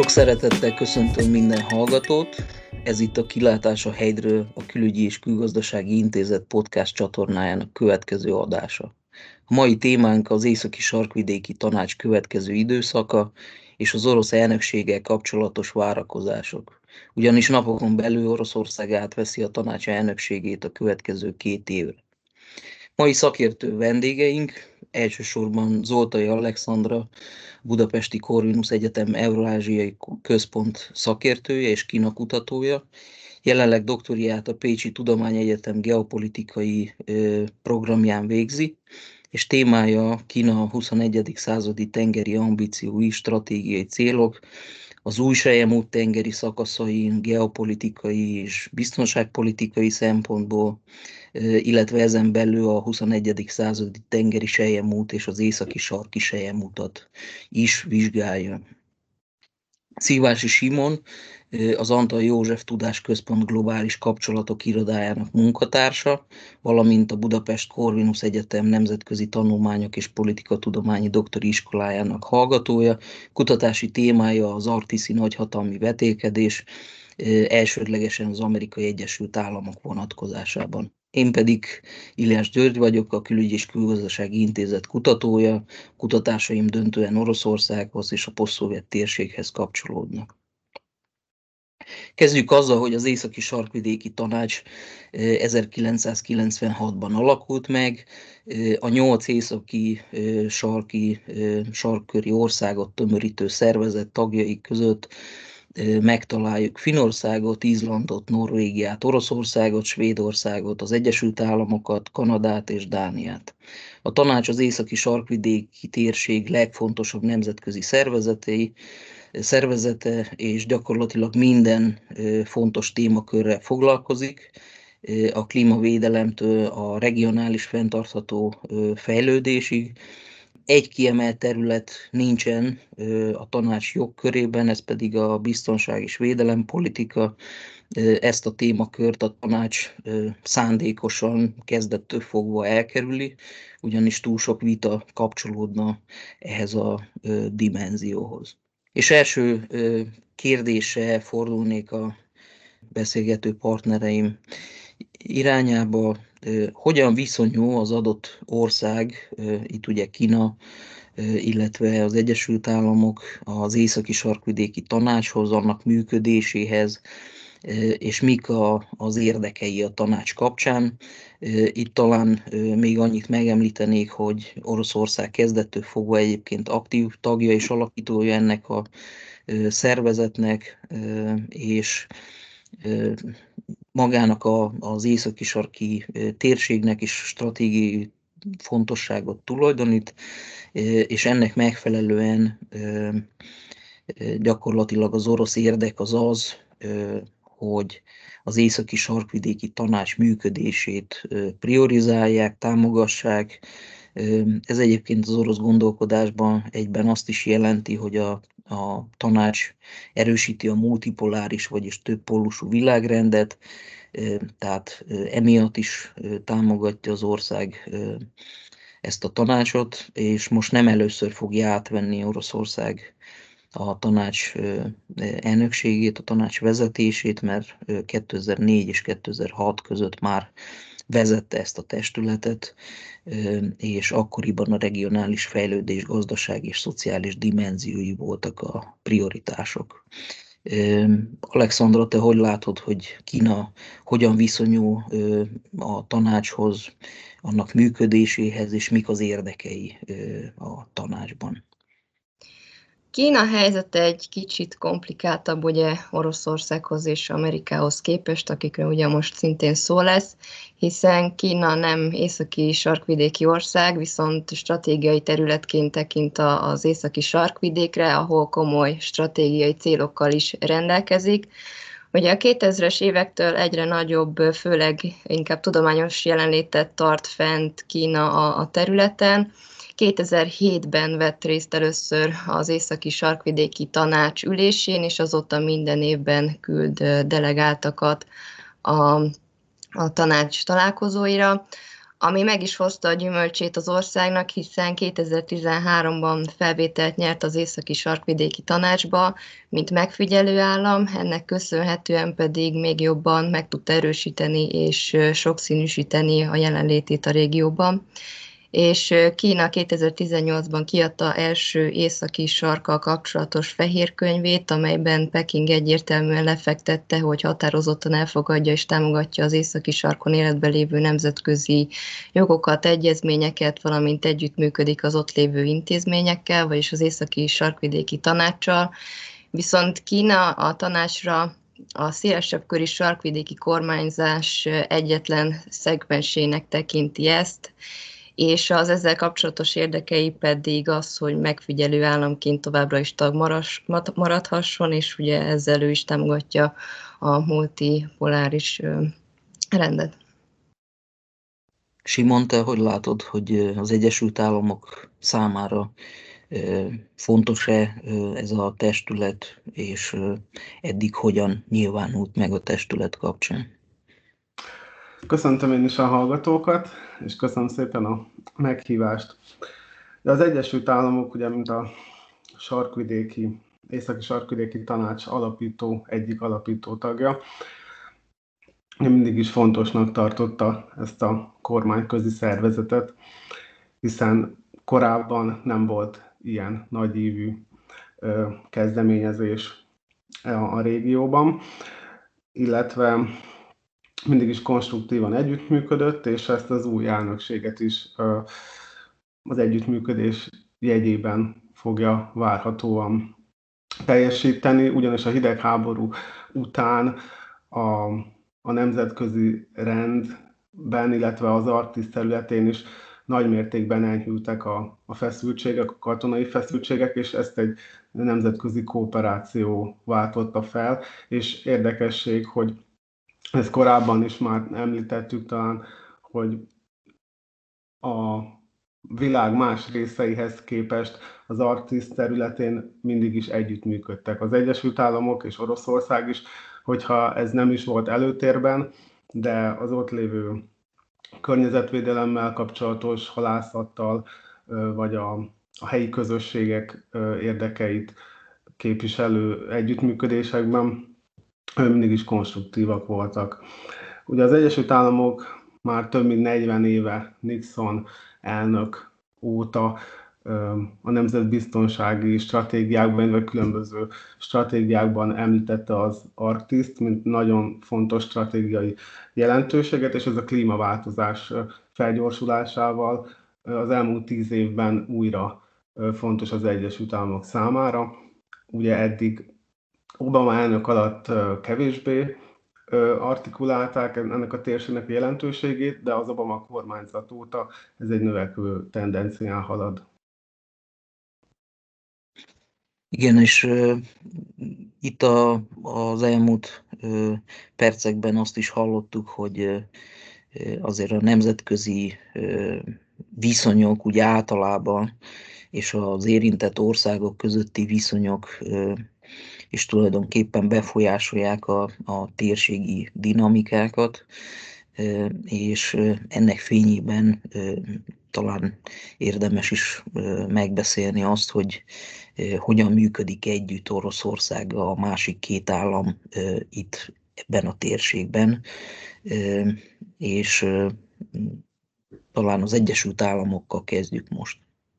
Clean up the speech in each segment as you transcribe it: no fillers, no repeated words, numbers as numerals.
Sok szeretettel köszöntöm minden hallgatót. Ez itt a Kilátás a hegyről, a Külügyi és Külgazdasági Intézet podcast csatornájának következő adása. A mai témánk az Északi Sarkvidéki Tanács következő időszaka és az orosz elnökséggel kapcsolatos várakozások. Ugyanis napokon belül Oroszország átveszi a tanács elnökségét a következő 2 évre. Mai szakértő vendégeink elsősorban Zoltai Alexandra, Budapesti Corvinus Egyetem Eurázsiai Központ szakértője és Kína kutatója, jelenleg doktoriát a Pécsi Tudományegyetem geopolitikai programján végzi, és témája Kína a 21. századi tengeri ambíciói stratégiai célok, az új selyemút tengeri szakaszain geopolitikai és biztonságpolitikai szempontból, illetve ezen belül a 21. századi tengeri selyemút és az északi sarki selyemútat is vizsgálja. Szívási Simon, az Antal József Tudásközpont globális kapcsolatok irodájának munkatársa, valamint a Budapest Corvinus Egyetem nemzetközi tanulmányok és politikatudományi doktori iskolájának hallgatója. Kutatási témája az arktiszi nagyhatalmi vetélkedés, elsődlegesen az Amerikai Egyesült Államok vonatkozásában. Én pedig Ilyás György vagyok, a Külügyi és Külgazdasági Intézet kutatója, kutatásaim döntően Oroszországhoz és a posztszovjet térséghez kapcsolódnak. Kezdjük azzal, hogy az Északi Sarkvidéki Tanács 1996-ban alakult meg. A 8 északi sarkköri országot tömörítő szervezet tagjai között megtaláljuk Finnországot, Izlandot, Norvégiát, Oroszországot, Svédországot, az Egyesült Államokat, Kanadát és Dániát. A tanács az északi sarkvidéki térség legfontosabb nemzetközi szervezete, és gyakorlatilag minden fontos témakörrel foglalkozik, a klímavédelemtől a regionális fenntartható fejlődésig. Egy kiemelt terület nincsen a tanács jogkörében, ez pedig a biztonság és védelempolitika. Ezt a témakört a tanács szándékosan kezdettől fogva elkerüli, ugyanis túl sok vita kapcsolódna ehhez a dimenzióhoz. És első kérdéssel fordulnék a beszélgető partnereim irányába. Hogyan viszonyul az adott ország, itt ugye Kína, illetve az Egyesült Államok az Északi Sarkvidéki Tanácshoz, annak működéséhez, és mik az érdekei a tanács kapcsán. Itt talán még annyit megemlítenék, hogy Oroszország kezdettől fogva egyébként aktív tagja és alapítója ennek a szervezetnek, és magának az északi sarki térségnek is stratégiai fontosságot tulajdonít, és ennek megfelelően gyakorlatilag az orosz érdek az, hogy az Északi Sarkvidéki Tanács működését priorizálják, támogassák. Ez egyébként az orosz gondolkodásban egyben azt is jelenti, hogy a tanács erősíti a multipoláris, vagyis többpólusú világrendet, tehát emiatt is támogatja az ország ezt a tanácsot, és most nem először fogja átvenni Oroszország a tanács elnökségét, a tanács vezetését, mert 2004 és 2006 között már vezette ezt a testületet, és akkoriban a regionális fejlődés, gazdaság és szociális dimenziói voltak a prioritások. Alexandra, te hogy látod, hogy Kína hogyan viszonyul a tanácshoz, annak működéséhez, és mik az érdekei a tanácsban? Kína helyzete egy kicsit komplikáltabb ugye Oroszországhoz és Amerikához képest, akikre ugye most szintén szó lesz, hiszen Kína nem északi sarkvidéki ország, viszont stratégiai területként tekint az északi sarkvidékre, ahol komoly stratégiai célokkal is rendelkezik. Ugye a 2000-es évektől egyre nagyobb, főleg inkább tudományos jelenlétet tart fent Kína a területen. 2007-ben vett részt először az Északi Sarkvidéki Tanács ülésén, és azóta minden évben küld delegáltakat a tanács találkozóira. ami meg is hozta a gyümölcsét az országnak, hiszen 2013-ban felvételt nyert az Északi Sarkvidéki Tanácsba, mint megfigyelő állam, ennek köszönhetően pedig még jobban meg tudta erősíteni és sokszínűsíteni a jelenlétét a régióban. És Kína 2018-ban kiadta első északi sarkkal kapcsolatos fehér könyvét, amelyben Peking egyértelműen lefektette, hogy határozottan elfogadja és támogatja az északi sarkon életben lévő nemzetközi jogokat, egyezményeket, valamint együttműködik az ott lévő intézményekkel, vagyis az északi sarkvidéki tanácssal. Viszont Kína a tanácsra a szélesebb körű sarkvidéki kormányzás egyetlen szegmensének tekinti ezt, és az ezzel kapcsolatos érdekei pedig az, hogy megfigyelő államként továbbra is tag maradhasson, és ugye ezzel ő is támogatja a multipoláris rendet. Simon, te hogy látod, hogy az Egyesült Államok számára fontos-e ez a testület, és eddig hogyan nyilvánult meg a testület kapcsán? Köszöntöm én is a hallgatókat, és köszönöm szépen a meghívást. De az Egyesült Államok, ugye, mint a északi sarkvidéki tanács egyik alapító tagja, mindig is fontosnak tartotta ezt a kormányközi szervezetet, hiszen korábban nem volt ilyen nagyívű kezdeményezés a régióban, illetve mindig is konstruktívan együttműködött, és ezt az új elnökséget is az együttműködés jegyében fogja várhatóan teljesíteni, ugyanis a hidegháború után a nemzetközi rendben, illetve az Arktisz területén is nagy mértékben enyhültek a feszültségek, a katonai feszültségek, és ezt egy nemzetközi kooperáció váltotta fel, és érdekesség, hogy ezt korábban is már említettük talán, hogy a világ más részeihez képest az Arktisz területén mindig is együttműködtek az Egyesült Államok és Oroszország is, hogyha ez nem is volt előtérben, de az ott lévő környezetvédelemmel kapcsolatos halászattal, vagy a helyi közösségek érdekeit képviselő együttműködésekben mindig is konstruktívak voltak. Ugye az Egyesült Államok már több mint 40 éve Nixon elnök óta a nemzetbiztonsági stratégiákban, vagy különböző stratégiákban említette az Arktiszt, mint nagyon fontos stratégiai jelentőséget, és ez a klímaváltozás felgyorsulásával az elmúlt 10 évben újra fontos az Egyesült Államok számára. Ugye eddig Obama elnök alatt kevésbé artikulálták ennek a térségnek a jelentőségét, de az Obama kormányzat óta ez egy növekvő tendencián halad. Igen, és itt az elmúlt percekben azt is hallottuk, hogy azért a nemzetközi viszonyok úgy általában, és az érintett országok közötti viszonyok és tulajdonképpen befolyásolják a térségi dinamikákat, és ennek fényében talán érdemes is megbeszélni azt, hogy hogyan működik együtt Oroszország a másik két állam itt ebben a térségben, és talán az Egyesült Államokkal kezdjük most.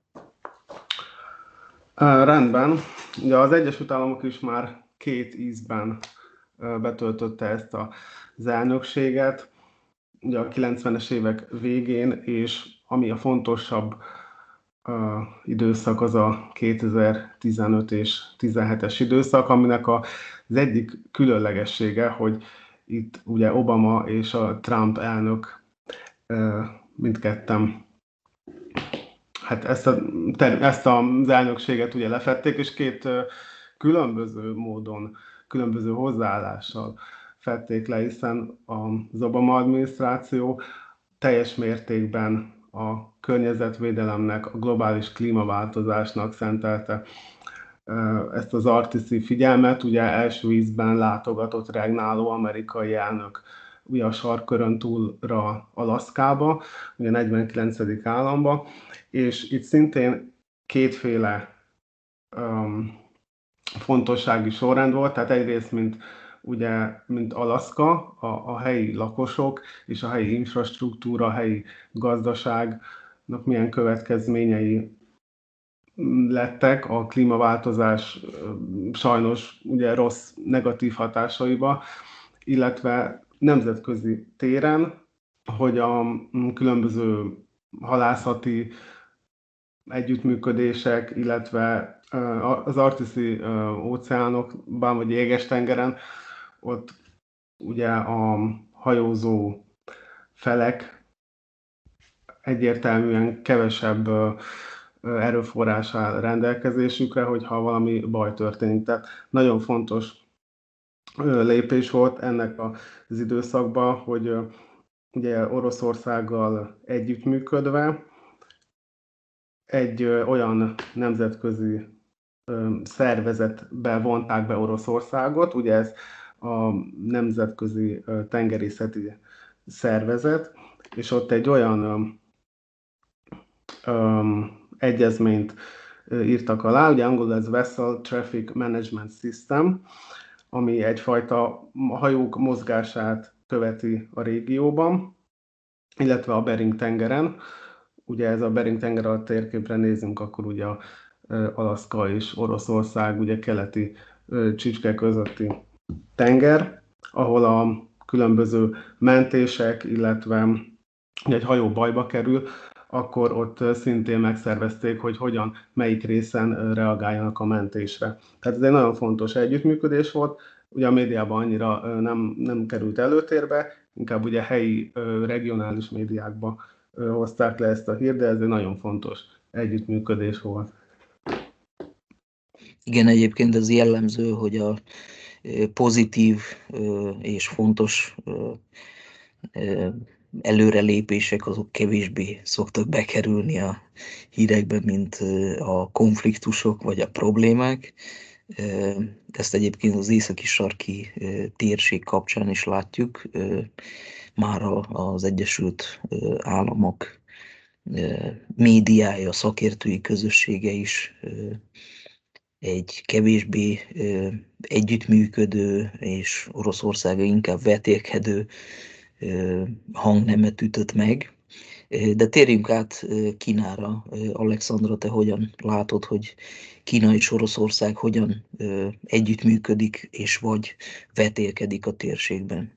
Rendben. Ugye az Egyesült Államok is már 2 ízben betöltötte ezt az elnökséget, ugye a 90-es évek végén, és ami a fontosabb időszak az a 2015 és 17-es időszak, aminek az egyik különlegessége, hogy itt ugye Obama és a Trump elnök mindketten hát ezt az elnökséget ugye lefették, és 2 különböző módon, különböző hozzáállással fették le, hiszen az Obama adminisztráció teljes mértékben a környezetvédelemnek, a globális klímaváltozásnak szentelte ezt az arktiszi figyelmet. Ugye első ízben látogatott regnáló amerikai elnök ugye a sarkkörön túlra Alaszkába, ugye 49. államba, és itt szintén kétféle fontossági sorrend volt, tehát egyrészt, mint Alaszka, a helyi lakosok és a helyi infrastruktúra, a helyi gazdaságnak milyen következményei lettek a klímaváltozás sajnos ugye rossz, negatív hatásaiba, illetve nemzetközi téren, hogy a különböző halászati együttműködések, illetve az arktiszi óceánokban, vagy Jéges-tengeren, ott ugye a hajózó felek egyértelműen kevesebb erőforrás áll rendelkezésükre, hogyha valami baj történik. Tehát nagyon fontos lépés volt ennek az időszakban, hogy ugye Oroszországgal együttműködve egy olyan nemzetközi szervezetbe vonták be Oroszországot, ugye ez a Nemzetközi Tengerészeti Szervezet, és ott egy olyan egyezményt írtak alá, ugye angolul ez Vessel Traffic Management System, ami egyfajta hajók mozgását követi a régióban, illetve a Bering-tengeren. Ugye ez a Bering-tenger, a térképre nézünk, akkor ugye Alaszka és Oroszország ugye keleti csücske közötti tenger, ahol a különböző mentések, illetve egy hajó bajba kerül, akkor ott szintén megszervezték, hogy hogyan, melyik részen reagáljanak a mentésre. Tehát ez egy nagyon fontos együttműködés volt, ugye a médiában annyira nem került előtérbe, inkább ugye helyi, regionális médiákba hozták le ezt a hírt, de ez egy nagyon fontos együttműködés volt. Igen, egyébként ez jellemző, hogy a pozitív és fontos előrelépések azok kevésbé szoktak bekerülni a hírekbe, mint a konfliktusok vagy a problémák. Ezt egyébként az északi sarki térség kapcsán is látjuk. Már az Egyesült Államok médiája, szakértői közössége is egy kevésbé együttműködő és Oroszországa inkább vetélkedő hangnemet ütött meg. De térjünk át Kínára. Alexandra, te hogyan látod, hogy Kína és Oroszország hogyan együttműködik és vagy vetélkedik a térségben?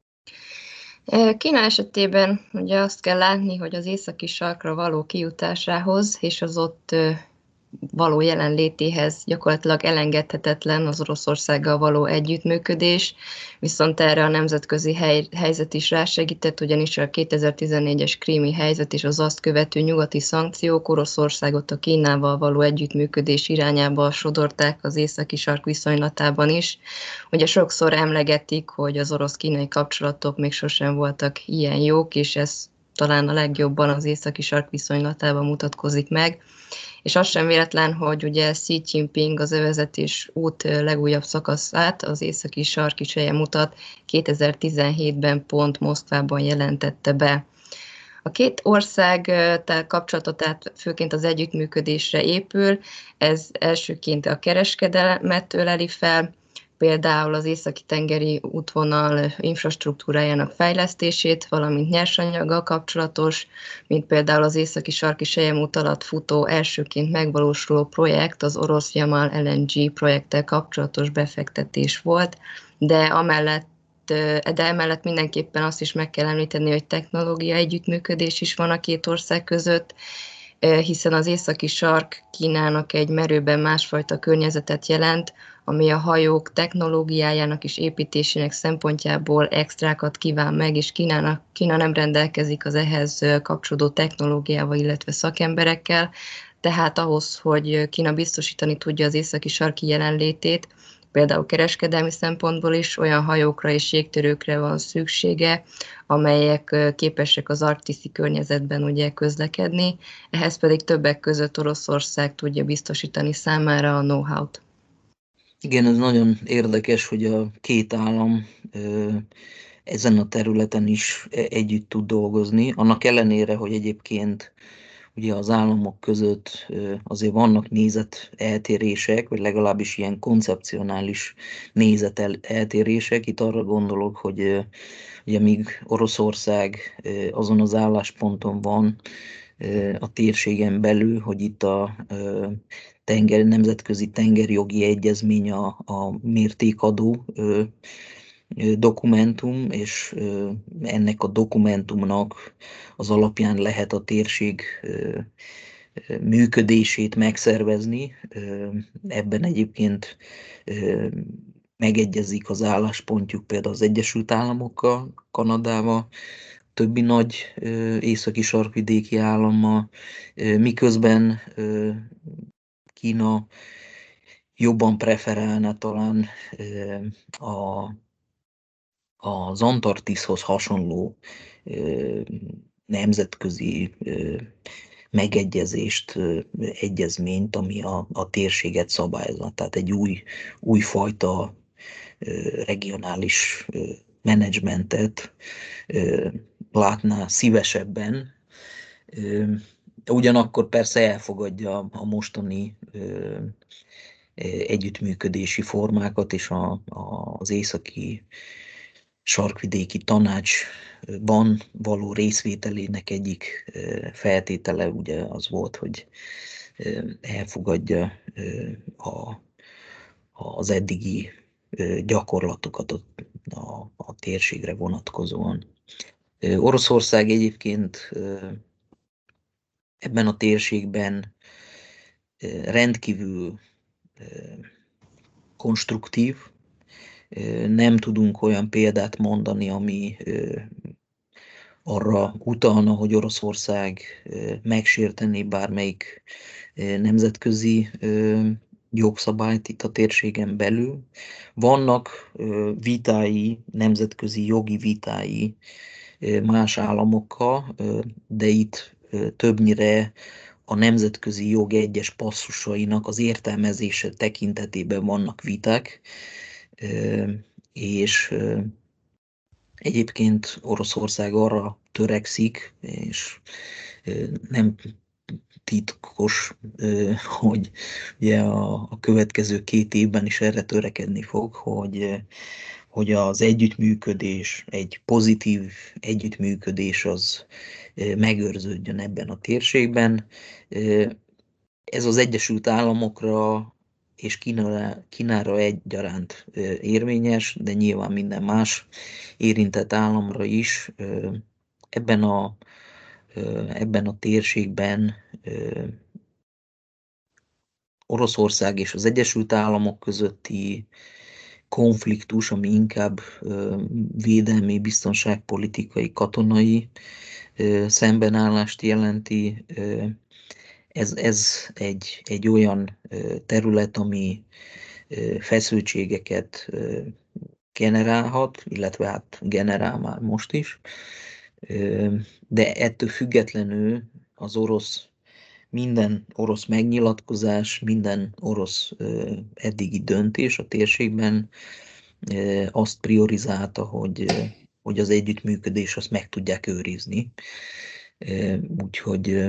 Kína esetében ugye azt kell látni, hogy az északi sarkra való kijutásához és az ott való jelenlétéhez gyakorlatilag elengedhetetlen az Oroszországgal való együttműködés, viszont erre a nemzetközi helyzet is rásegített, ugyanis a 2014-es krími helyzet és az azt követő nyugati szankciók Oroszországot a Kínával való együttműködés irányába sodorták az északi sark viszonylatában is. Ugye sokszor emlegetik, hogy az orosz-kínai kapcsolatok még sosem voltak ilyen jók, és ez talán a legjobban az északi sark viszonylatában mutatkozik meg. És az sem véletlen, hogy ugye Xi Jinping az övezetés út legújabb szakaszát, az északi sarki mutat 2017-ben pont Moszkvában jelentette be. A két ország kapcsolata tehát főként az együttműködésre épül, ez elsőként a kereskedelmet öleli fel, például az északi-tengeri útvonal infrastruktúrájának fejlesztését, valamint nyersanyaggal kapcsolatos, mint például az északi sarki selyemút alatt futó elsőként megvalósuló projekt, az orosz Yamal LNG projekttel kapcsolatos befektetés volt, de emellett mindenképpen azt is meg kell említeni, hogy technológia együttműködés is van a két ország között, hiszen az északi sark Kínának egy merőben másfajta környezetet jelent, ami a hajók technológiájának és építésének szempontjából extrákat kíván meg, és Kína nem rendelkezik az ehhez kapcsolódó technológiával, illetve szakemberekkel, tehát ahhoz, hogy Kína biztosítani tudja az északi sarki jelenlétét, például kereskedelmi szempontból is olyan hajókra és jégtörőkre van szüksége, amelyek képesek az arktiszi környezetben ugye közlekedni, ehhez pedig többek között Oroszország tudja biztosítani számára a know-how-t. Igen, ez nagyon érdekes, hogy a két állam ezen a területen is együtt tud dolgozni, annak ellenére, hogy egyébként ugye az államok között azért vannak nézeteltérések, vagy legalábbis ilyen koncepcionális nézeteltérések. Itt arra gondolok, hogy ugye míg Oroszország azon az állásponton van a térségen belül, hogy itt a nemzetközi tengerjogi egyezmény a mértékadó dokumentum, és ennek a dokumentumnak az alapján lehet a térség működését megszervezni. Ebben egyébként megegyezik az álláspontjuk például az Egyesült Államokkal, Kanadával, többi nagy északi sarkvidéki állammal, miközben Kína jobban preferálna talán az Antarktiszhoz hasonló nemzetközi megegyezést, egyezményt, ami a térséget szabályozza. Tehát egy újfajta regionális menedzsmentet látná szívesebben. Ugyanakkor persze elfogadja a mostani együttműködési formákat, és az északi sarkvidéki tanácsban való részvételének egyik feltétele ugye az volt, hogy elfogadja az eddigi gyakorlatokat a térségre vonatkozóan. Oroszország egyébként ebben a térségben rendkívül konstruktív. Nem tudunk olyan példát mondani, ami arra utalna, hogy Oroszország megsértené bármelyik nemzetközi jogszabályt itt a térségen belül. Vannak vitái, nemzetközi jogi vitái más államokkal, de itt többnyire a nemzetközi jog egyes passzusainak az értelmezése tekintetében vannak viták, és egyébként Oroszország arra törekszik, és nem titkos, hogy ugye a következő 2 évben is erre törekedni fog, hogy az együttműködés, egy pozitív együttműködés az megőrződjön ebben a térségben. Ez az Egyesült Államokra és Kínára egyaránt érvényes, de nyilván minden más érintett államra is. Ebben a térségben Oroszország és az Egyesült Államok közötti konfliktus, ami inkább védelmi, biztonságpolitikai, katonai szembenállást jelenti. Ez egy olyan terület, ami feszültségeket generálhat, illetve hát generál már most is, de ettől függetlenül minden orosz megnyilatkozás, minden orosz eddigi döntés a térségben azt priorizálta, hogy az együttműködés azt meg tudják őrizni. Úgyhogy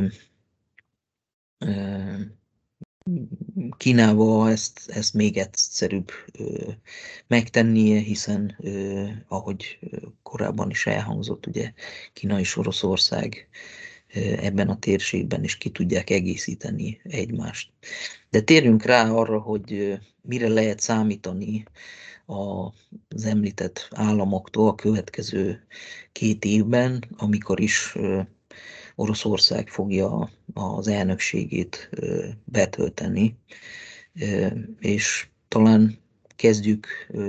Kínával ezt még egyszerűbb megtennie, hiszen ahogy korábban is elhangzott, ugye Kína és Oroszország ebben a térségben is ki tudják egészíteni egymást. De térjünk rá arra, hogy mire lehet számítani az említett államoktól a következő 2 évben, amikor is Oroszország fogja az elnökségét betölteni, és talán kezdjük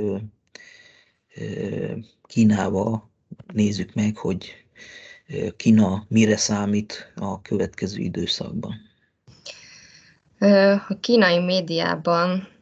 Kínával, nézzük meg, hogy Kína mire számít a következő időszakban. A kínai médiában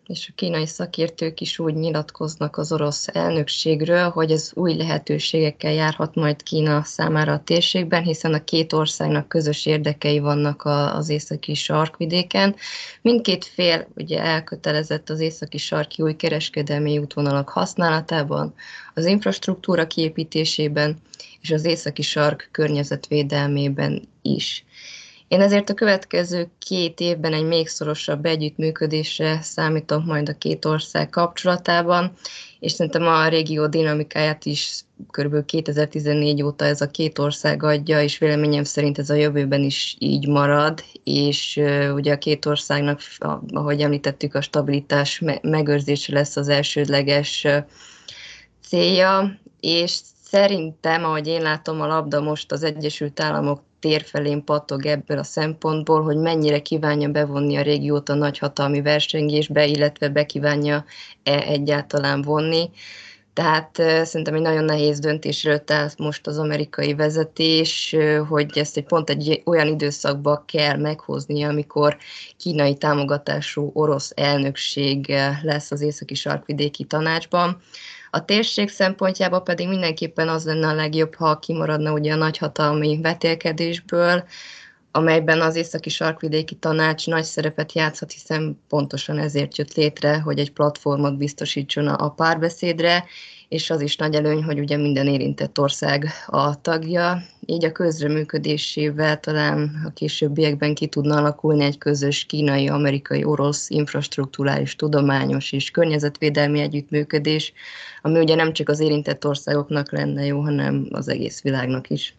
és a kínai szakértők is úgy nyilatkoznak az orosz elnökségről, hogy ez új lehetőségekkel járhat majd Kína számára a térségben, hiszen a két országnak közös érdekei vannak az északi sarkvidéken. Mindkét fél ugye elkötelezett az északi sarki új kereskedelmi útvonalak használatában, az infrastruktúra kiépítésében és az északi sark környezetvédelmében is. Én ezért a következő 2 évben egy még szorosabb együttműködésre számítok majd a két ország kapcsolatában, és szerintem a régió dinamikáját is kb. 2014 óta ez a két ország adja, és véleményem szerint ez a jövőben is így marad, és ugye a két országnak, ahogy említettük, a stabilitás megőrzése lesz az elsődleges célja, és szerintem, ahogy én látom, a labda most az Egyesült Államok térfelén pattog ebből a szempontból, hogy mennyire kívánja bevonni a régiót a nagyhatalmi versengésbe, illetve bekívánja-e egyáltalán vonni. Tehát szerintem egy nagyon nehéz döntés előtt áll most az amerikai vezetés, hogy ezt pont egy olyan időszakba kell meghoznia, amikor kínai támogatású orosz elnökség lesz az északi sarkvidéki tanácsban. A térség szempontjából pedig mindenképpen az lenne a legjobb, ha kimaradna ugye a nagyhatalmi vetélkedésből, amelyben az északi sarkvidéki tanács nagy szerepet játszhat, hiszen pontosan ezért jött létre, hogy egy platformot biztosítson a párbeszédre, és az is nagy előny, hogy ugye minden érintett ország a tagja, így a közreműködésével talán a későbbiekben ki tudna alakulni egy közös kínai, amerikai, orosz infrastrukturális, tudományos és környezetvédelmi együttműködés, ami ugye nem csak az érintett országoknak lenne jó, hanem az egész világnak is.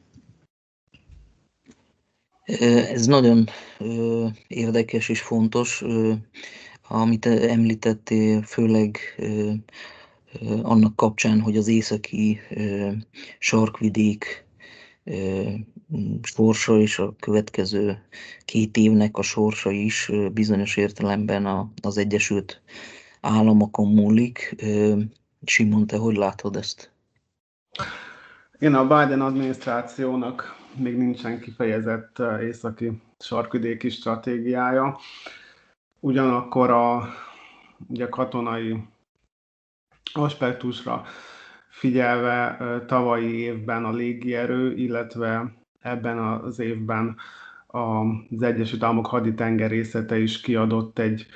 Ez nagyon érdekes és fontos, amit említettél, főleg annak kapcsán, hogy az északi sarkvidék sorsa és a következő 2 évnek a sorsa is bizonyos értelemben az Egyesült Államokon múlik. Simon, te hogy látod ezt? Igen, a Biden adminisztrációnak még nincsen kifejezett északi sarkvidéki stratégiája. Ugyanakkor ugye katonai aspektusra figyelve tavalyi évben a légierő, illetve ebben az évben az Egyesült Államok haditengerészete is kiadott egy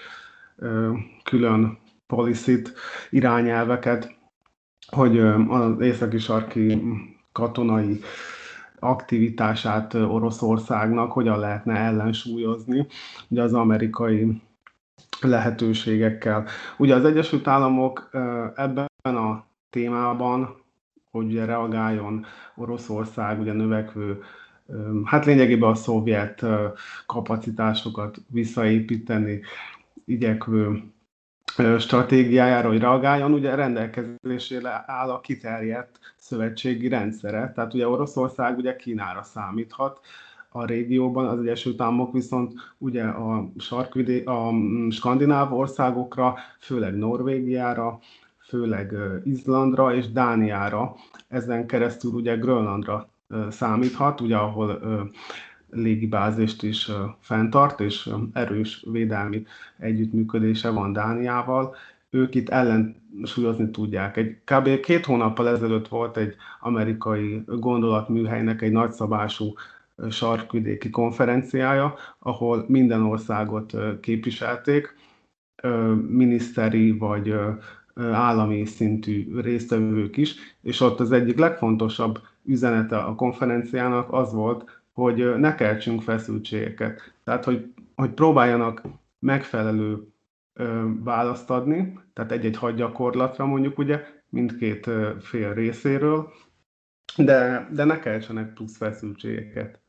külön policy-t, irányelveket, hogy az északi sarki katonai aktivitását Oroszországnak hogyan lehetne ellensúlyozni ugye az amerikai lehetőségekkel. Ugye az Egyesült Államok ebben a témában, hogy ugye reagáljon Oroszország ugye növekvő, hát lényegében a szovjet kapacitásokat visszaépíteni igyekvő stratégiájára, hogy reagáljon, ugye rendelkezésére áll a kiterjedt szövetségi rendszere. Tehát ugye Oroszország ugye Kínára számíthat a régióban, az Egyesült Államok viszont ugye a skandináv országokra, főleg Norvégiára, főleg Izlandra és Dániára, ezen keresztül ugye Grönlandra számíthat, ugye ahol légibázist is fenntart, és erős védelmi együttműködése van Dániával. Ők itt ellensúlyozni tudják. Kb. 2 hónappal ezelőtt volt egy amerikai gondolatműhelynek egy nagyszabású sarkvidéki konferenciája, ahol minden országot képviselték, miniszteri vagy állami szintű résztvevők is, és ott az egyik legfontosabb üzenete a konferenciának az volt, hogy ne keltsünk feszültségeket. Tehát, hogy próbáljanak megfelelő választ adni, tehát egy-egy hadgyakorlatra mondjuk ugye mindkét fél részéről, de ne keltsenek plusz feszültségeket.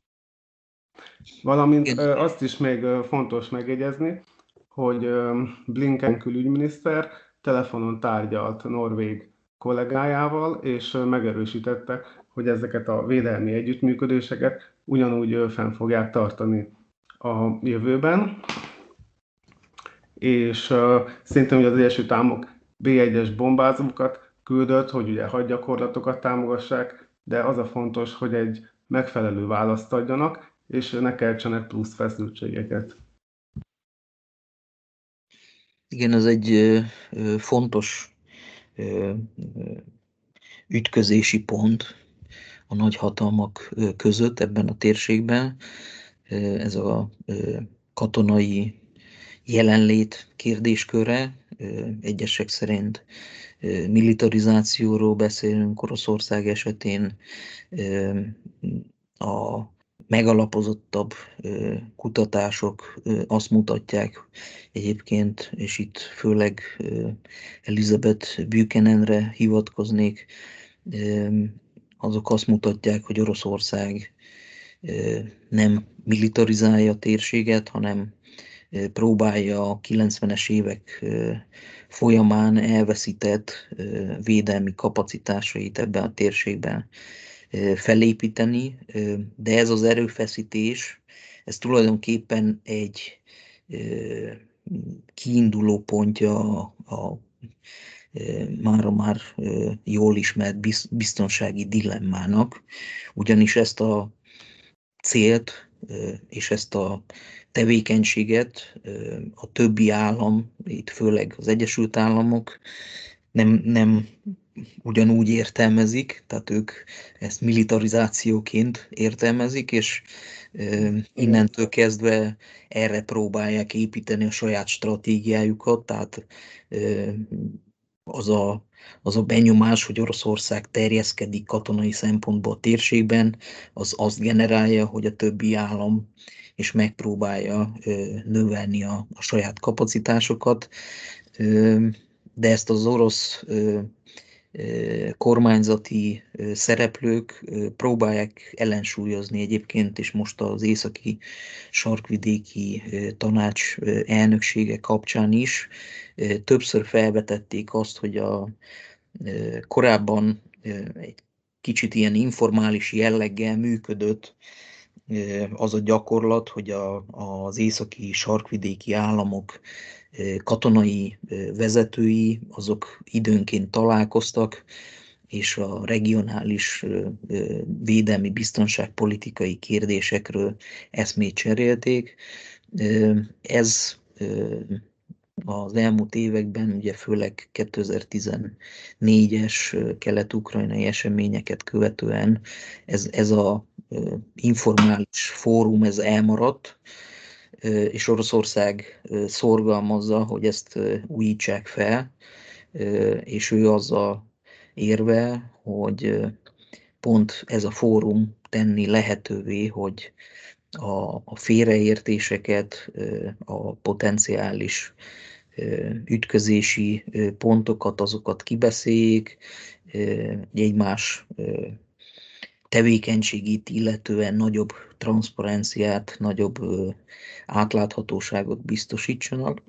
Valamint azt is még fontos megjegyezni, hogy Blinken külügyminiszter telefonon tárgyalt norvég kollégájával, és megerősítette, hogy ezeket a védelmi együttműködéseket ugyanúgy fenn fogják tartani a jövőben. És szintén ugye az Egyesült Államok B-1-es bombázókat küldött, hogy ugye hadgyakorlatokat támogassák, de az a fontos, hogy egy megfelelő választ adjanak, és ne keltsenek plusz feszültségeket. Igen, ez egy fontos ütközési pont a nagyhatalmak között ebben a térségben. Ez a katonai jelenlét kérdésköre. Egyesek szerint militarizációról beszélünk Oroszország esetén, a megalapozottabb kutatások azt mutatják egyébként, és itt főleg Elizabeth Buchananre hivatkoznék, azok azt mutatják, hogy Oroszország nem militarizálja a térséget, hanem próbálja a 90-es évek folyamán elveszített védelmi kapacitásait ebben a térségben felépíteni, de ez az erőfeszítés, ez tulajdonképpen egy kiinduló pontja a mára már jól ismert biztonsági dilemmának, ugyanis ezt a célt és ezt a tevékenységet a többi állam, itt főleg az Egyesült Államok nem ugyanúgy értelmezik, tehát ők ezt militarizációként értelmezik, és innentől kezdve erre próbálják építeni a saját stratégiájukat, tehát az a benyomás, hogy Oroszország terjeszkedik katonai szempontból a térségben, az azt generálja, hogy a többi állam és megpróbálja növelni a saját kapacitásokat, de ezt az orosz kormányzati szereplők próbálják ellensúlyozni egyébként, és most az északi sarkvidéki tanács elnöksége kapcsán is többször felvetették azt, hogy a korábban egy kicsit ilyen informális jelleggel működött az a gyakorlat, hogy az északi sarkvidéki államok katonai vezetői, azok időnként találkoztak, és a regionális védelmi biztonságpolitikai kérdésekről eszmét cserélték. Ez az elmúlt években, ugye főleg 2014-es kelet-ukrajnai eseményeket követően ez a informális fórum, ez elmaradt, és Oroszország szorgalmazza, hogy ezt újítsák fel, és ő azzal érve, hogy pont ez a fórum tenni lehetővé, hogy a félreértéseket, a potenciális ütközési pontokat, azokat kibeszéljék, egymás tevékenységét illetően nagyobb transzparenciát, nagyobb átláthatóságot biztosítsanak.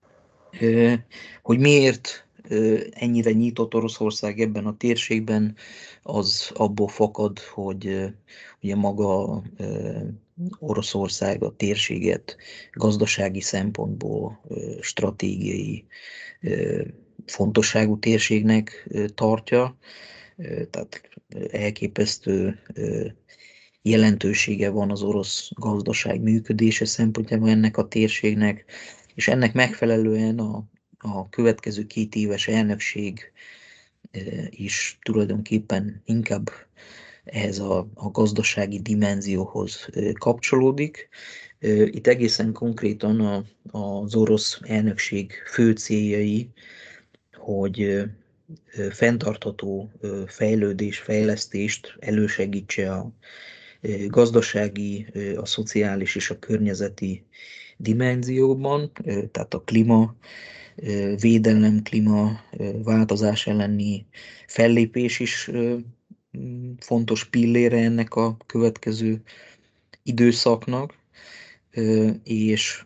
Hogy miért ennyire nyitott Oroszország ebben a térségben, az abból fakad, hogy ugye maga Oroszország a térséget gazdasági szempontból stratégiai fontosságú térségnek tartja, tehát elképesztő jelentősége van az orosz gazdaság működése szempontjából ennek a térségnek, és ennek megfelelően a következő 2 éves elnökség is tulajdonképpen inkább ehhez a gazdasági dimenzióhoz kapcsolódik. Itt egészen konkrétan az orosz elnökség fő céljai, hogy fenntartható fejlődés, fejlesztést elősegítse a gazdasági, a szociális és a környezeti dimenzióban, tehát a klíma védelem, klíma változás elleni fellépés is fontos pillére ennek a következő időszaknak, és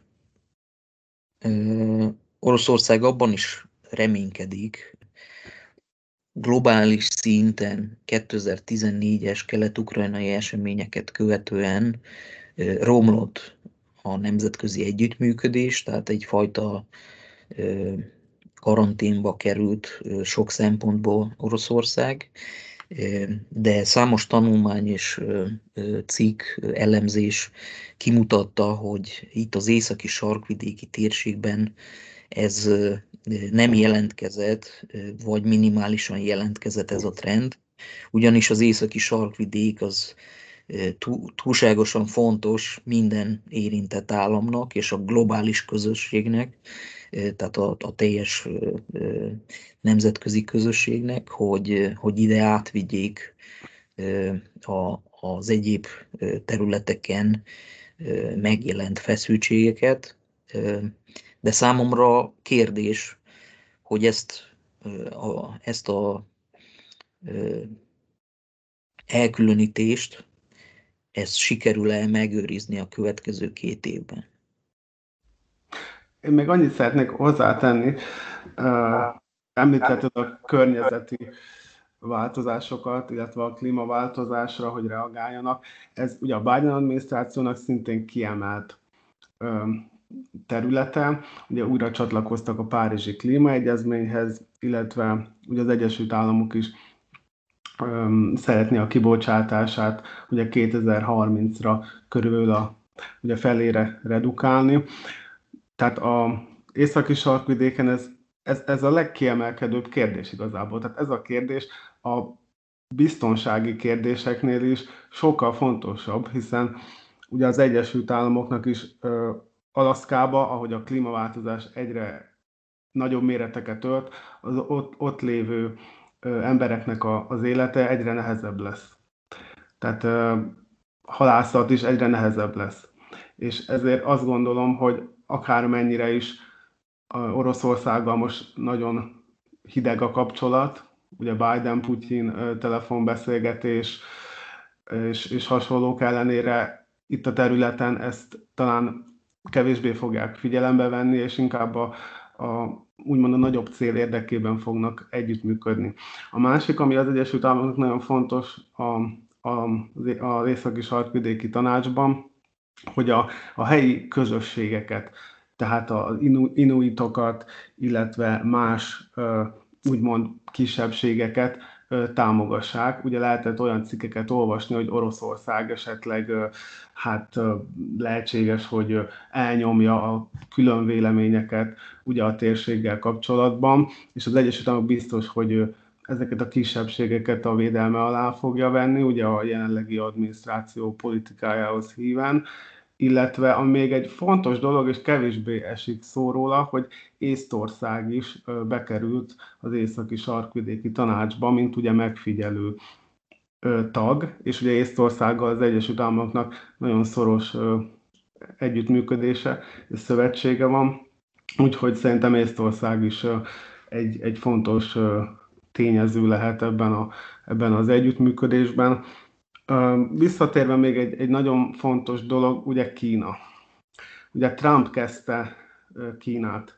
Oroszország abban is reménykedik, globális szinten 2014-es kelet-ukrajnai eseményeket követően romlott a nemzetközi együttműködés, tehát egyfajta karanténba került sok szempontból Oroszország, de számos tanulmány és cikk, elemzés kimutatta, hogy itt az északi sarkvidéki térségben ez nem jelentkezett, vagy minimálisan jelentkezett ez a trend, ugyanis az északi sarkvidék az túlságosan fontos minden érintett államnak és a globális közösségnek, tehát a teljes nemzetközi közösségnek, hogy ide átvigyék az egyéb területeken megjelent feszültségeket, de számomra kérdés, hogy ezt a elkülönítést, ezt sikerül-e megőrizni a következő 2 évben? Én még annyit szeretnék hozzátenni, említetted a környezeti változásokat, illetve a klímaváltozásra, hogy reagáljanak. Ez ugye a Biden adminisztrációnak szintén kiemelt területe. Ugye újra csatlakoztak a Párizsi Klímaegyezményhez, illetve ugye az Egyesült Államok is szeretné a kibocsátását ugye 2030-ra körülbelül ugye felére redukálni. Tehát az északi sarkvidéken ez a legkiemelkedőbb kérdés igazából. Tehát ez a kérdés a biztonsági kérdéseknél is sokkal fontosabb, hiszen ugye az Egyesült Államoknak is Alaszkába, ahogy a klímaváltozás egyre nagyobb méreteket ölt, az ott lévő embereknek az élete egyre nehezebb lesz. Tehát halászat is egyre nehezebb lesz. És ezért azt gondolom, hogy akármennyire is Oroszországgal most nagyon hideg a kapcsolat, ugye Biden-Putyin telefonbeszélgetés és hasonlók ellenére itt a területen ezt talán kevésbé fogják figyelembe venni, és inkább úgymond a nagyobb cél érdekében fognak együttműködni. A másik, ami az Egyesült Államoknak nagyon fontos az északi sarkvidéki tanácsban, hogy a helyi közösségeket, tehát az inuitokat, illetve más úgymond kisebbségeket támogassák. Ugye lehetett olyan cikkeket olvasni, hogy Oroszország esetleg lehetséges, hogy elnyomja a külön véleményeket ugye a térséggel kapcsolatban, és az Egyesült Államok biztos, hogy ezeket a kisebbségeket a védelme alá fogja venni, ugye a jelenlegi adminisztráció politikájához híven, illetve ami még egy fontos dolog, és kevésbé esik szó róla, hogy Észtország is bekerült az északi sarkvidéki tanácsba, mint ugye megfigyelő tag, és ugye Észtországgal az Egyesült Államoknak nagyon szoros együttműködése és szövetsége van, úgyhogy szerintem Észtország is egy fontos tényező lehet ebben az együttműködésben. Visszatérve még egy nagyon fontos dolog, ugye Kína. Ugye Trump kezdte Kínát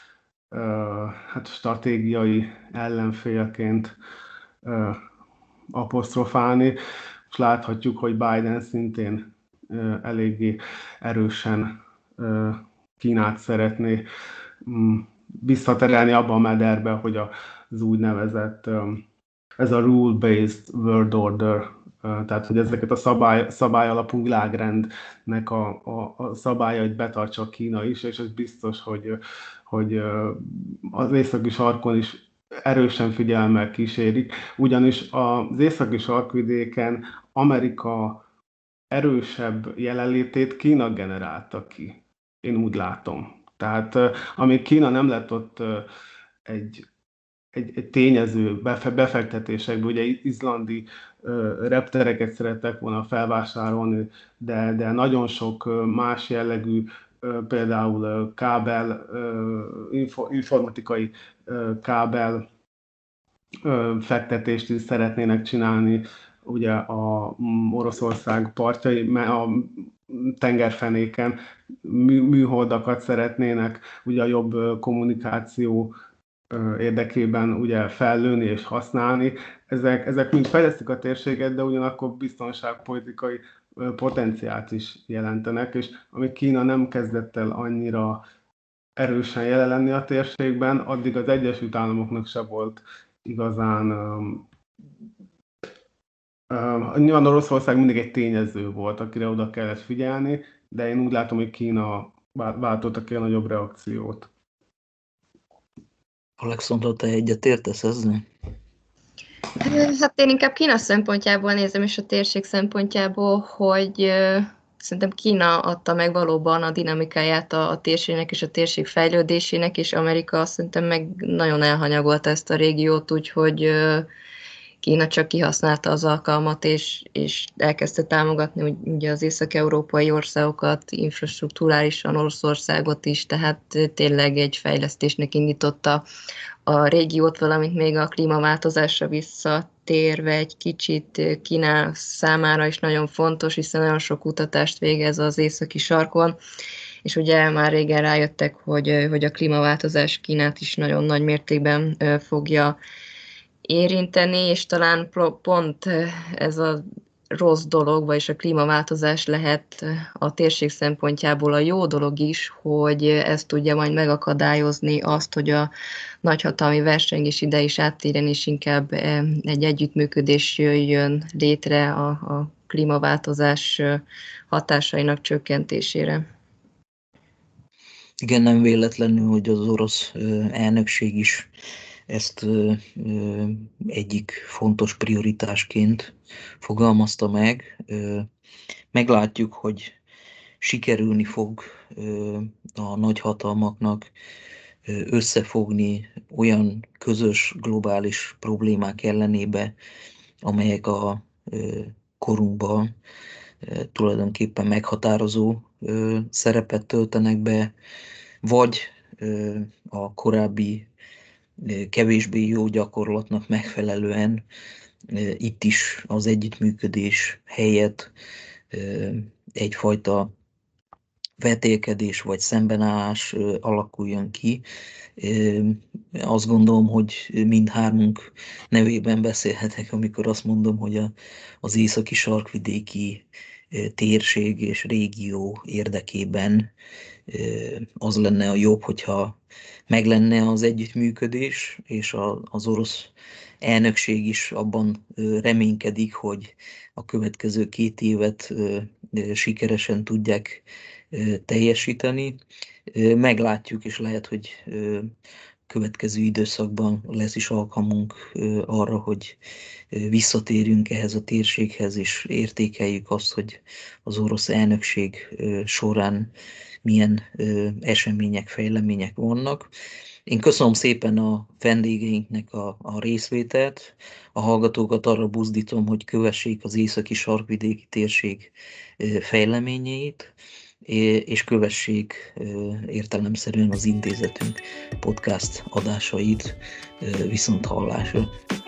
stratégiai ellenfélként apostrofálni, és láthatjuk, hogy Biden szintén eléggé erősen Kínát szeretné visszaterelni abba a mederbe, hogy az úgynevezett ez a rule-based world order, tehát hogy ezeket a szabály alapú világrendnek a szabályait betartsa Kína is, és ez biztos, hogy az északi sarkon is erősen figyelemmel kísérik, ugyanis az északi sarkvidéken Amerika erősebb jelenlétét Kína generálta ki. Én úgy látom. Tehát amíg Kína nem lett ott egy tényező befektetésekből, ugye izlandi reptereket szerettek volna felvásárolni, de nagyon sok más jellegű, például kábel, informatikai kábel fektetést is szeretnének csinálni, ugye a Oroszország partjai, a tengerfenéken műholdakat szeretnének, ugye a jobb kommunikáció érdekében ugye fellőni és használni. Ezek mind fejlesztik a térséget, de ugyanakkor biztonságpolitikai potenciált is jelentenek, és amíg Kína nem kezdett el annyira erősen jelen lenni a térségben, addig az Egyesült Államoknak se volt igazán... Nyilván Oroszország mindig egy tényező volt, akire oda kellett figyelni, de én úgy látom, hogy Kína váltotta ki a nagyobb reakciót. Alexandra, te egyetértesz ezzel? Hát én inkább Kína szempontjából nézem, és a térség szempontjából, hogy szerintem Kína adta meg valóban a dinamikáját a térségnek és a térség fejlődésének, és Amerika szerintem meg nagyon elhanyagolta ezt a régiót, úgyhogy Kína csak kihasználta az alkalmat, és elkezdte támogatni ugye az észak-európai országokat, infrastrukturálisan Oroszországot is, tehát tényleg egy fejlesztésnek indította a régiót, valamint még a klímaváltozásra visszatérve egy kicsit Kína számára is nagyon fontos, hiszen nagyon sok kutatást végez az északi sarkon, és ugye már régen rájöttek, hogy a klímaváltozás Kínát is nagyon nagy mértékben fogja érinteni, és talán pont ez a rossz dolog, vagyis a klímaváltozás lehet a térség szempontjából a jó dolog is, hogy ez tudja majd megakadályozni azt, hogy a nagyhatalmi versengés ide is áttérjen, és inkább egy együttműködés jöjjön létre a klímaváltozás hatásainak csökkentésére. Igen, nem véletlenül, hogy az orosz elnökség is ezt egyik fontos prioritásként fogalmazta meg. Meglátjuk, hogy sikerülni fog a nagyhatalmaknak összefogni olyan közös globális problémák ellenébe, amelyek a korunkban tulajdonképpen meghatározó szerepet töltenek be, vagy a korábbi kevésbé jó gyakorlatnak megfelelően itt is az együttműködés helyett egyfajta vetélkedés vagy szembenállás alakuljon ki. Azt gondolom, hogy mindhármunk nevében beszélhetek, amikor azt mondom, hogy az északi sarkvidéki térség és régió érdekében az lenne a jobb, hogyha meg lenne az együttműködés, és az orosz elnökség is abban reménykedik, hogy a következő 2 évet sikeresen tudják teljesíteni. Meglátjuk, és lehet, hogy következő időszakban lesz is alkalmunk arra, hogy visszatérjünk ehhez a térséghez, és értékeljük azt, hogy az orosz elnökség során milyen események, fejlemények vannak. Én köszönöm szépen a vendégeinknek a részvételt, a hallgatókat arra buzdítom, hogy kövessék az északi sarkvidéki térség fejleményeit, és kövessék értelemszerűen az intézetünk podcast adásait. Viszont hallásra!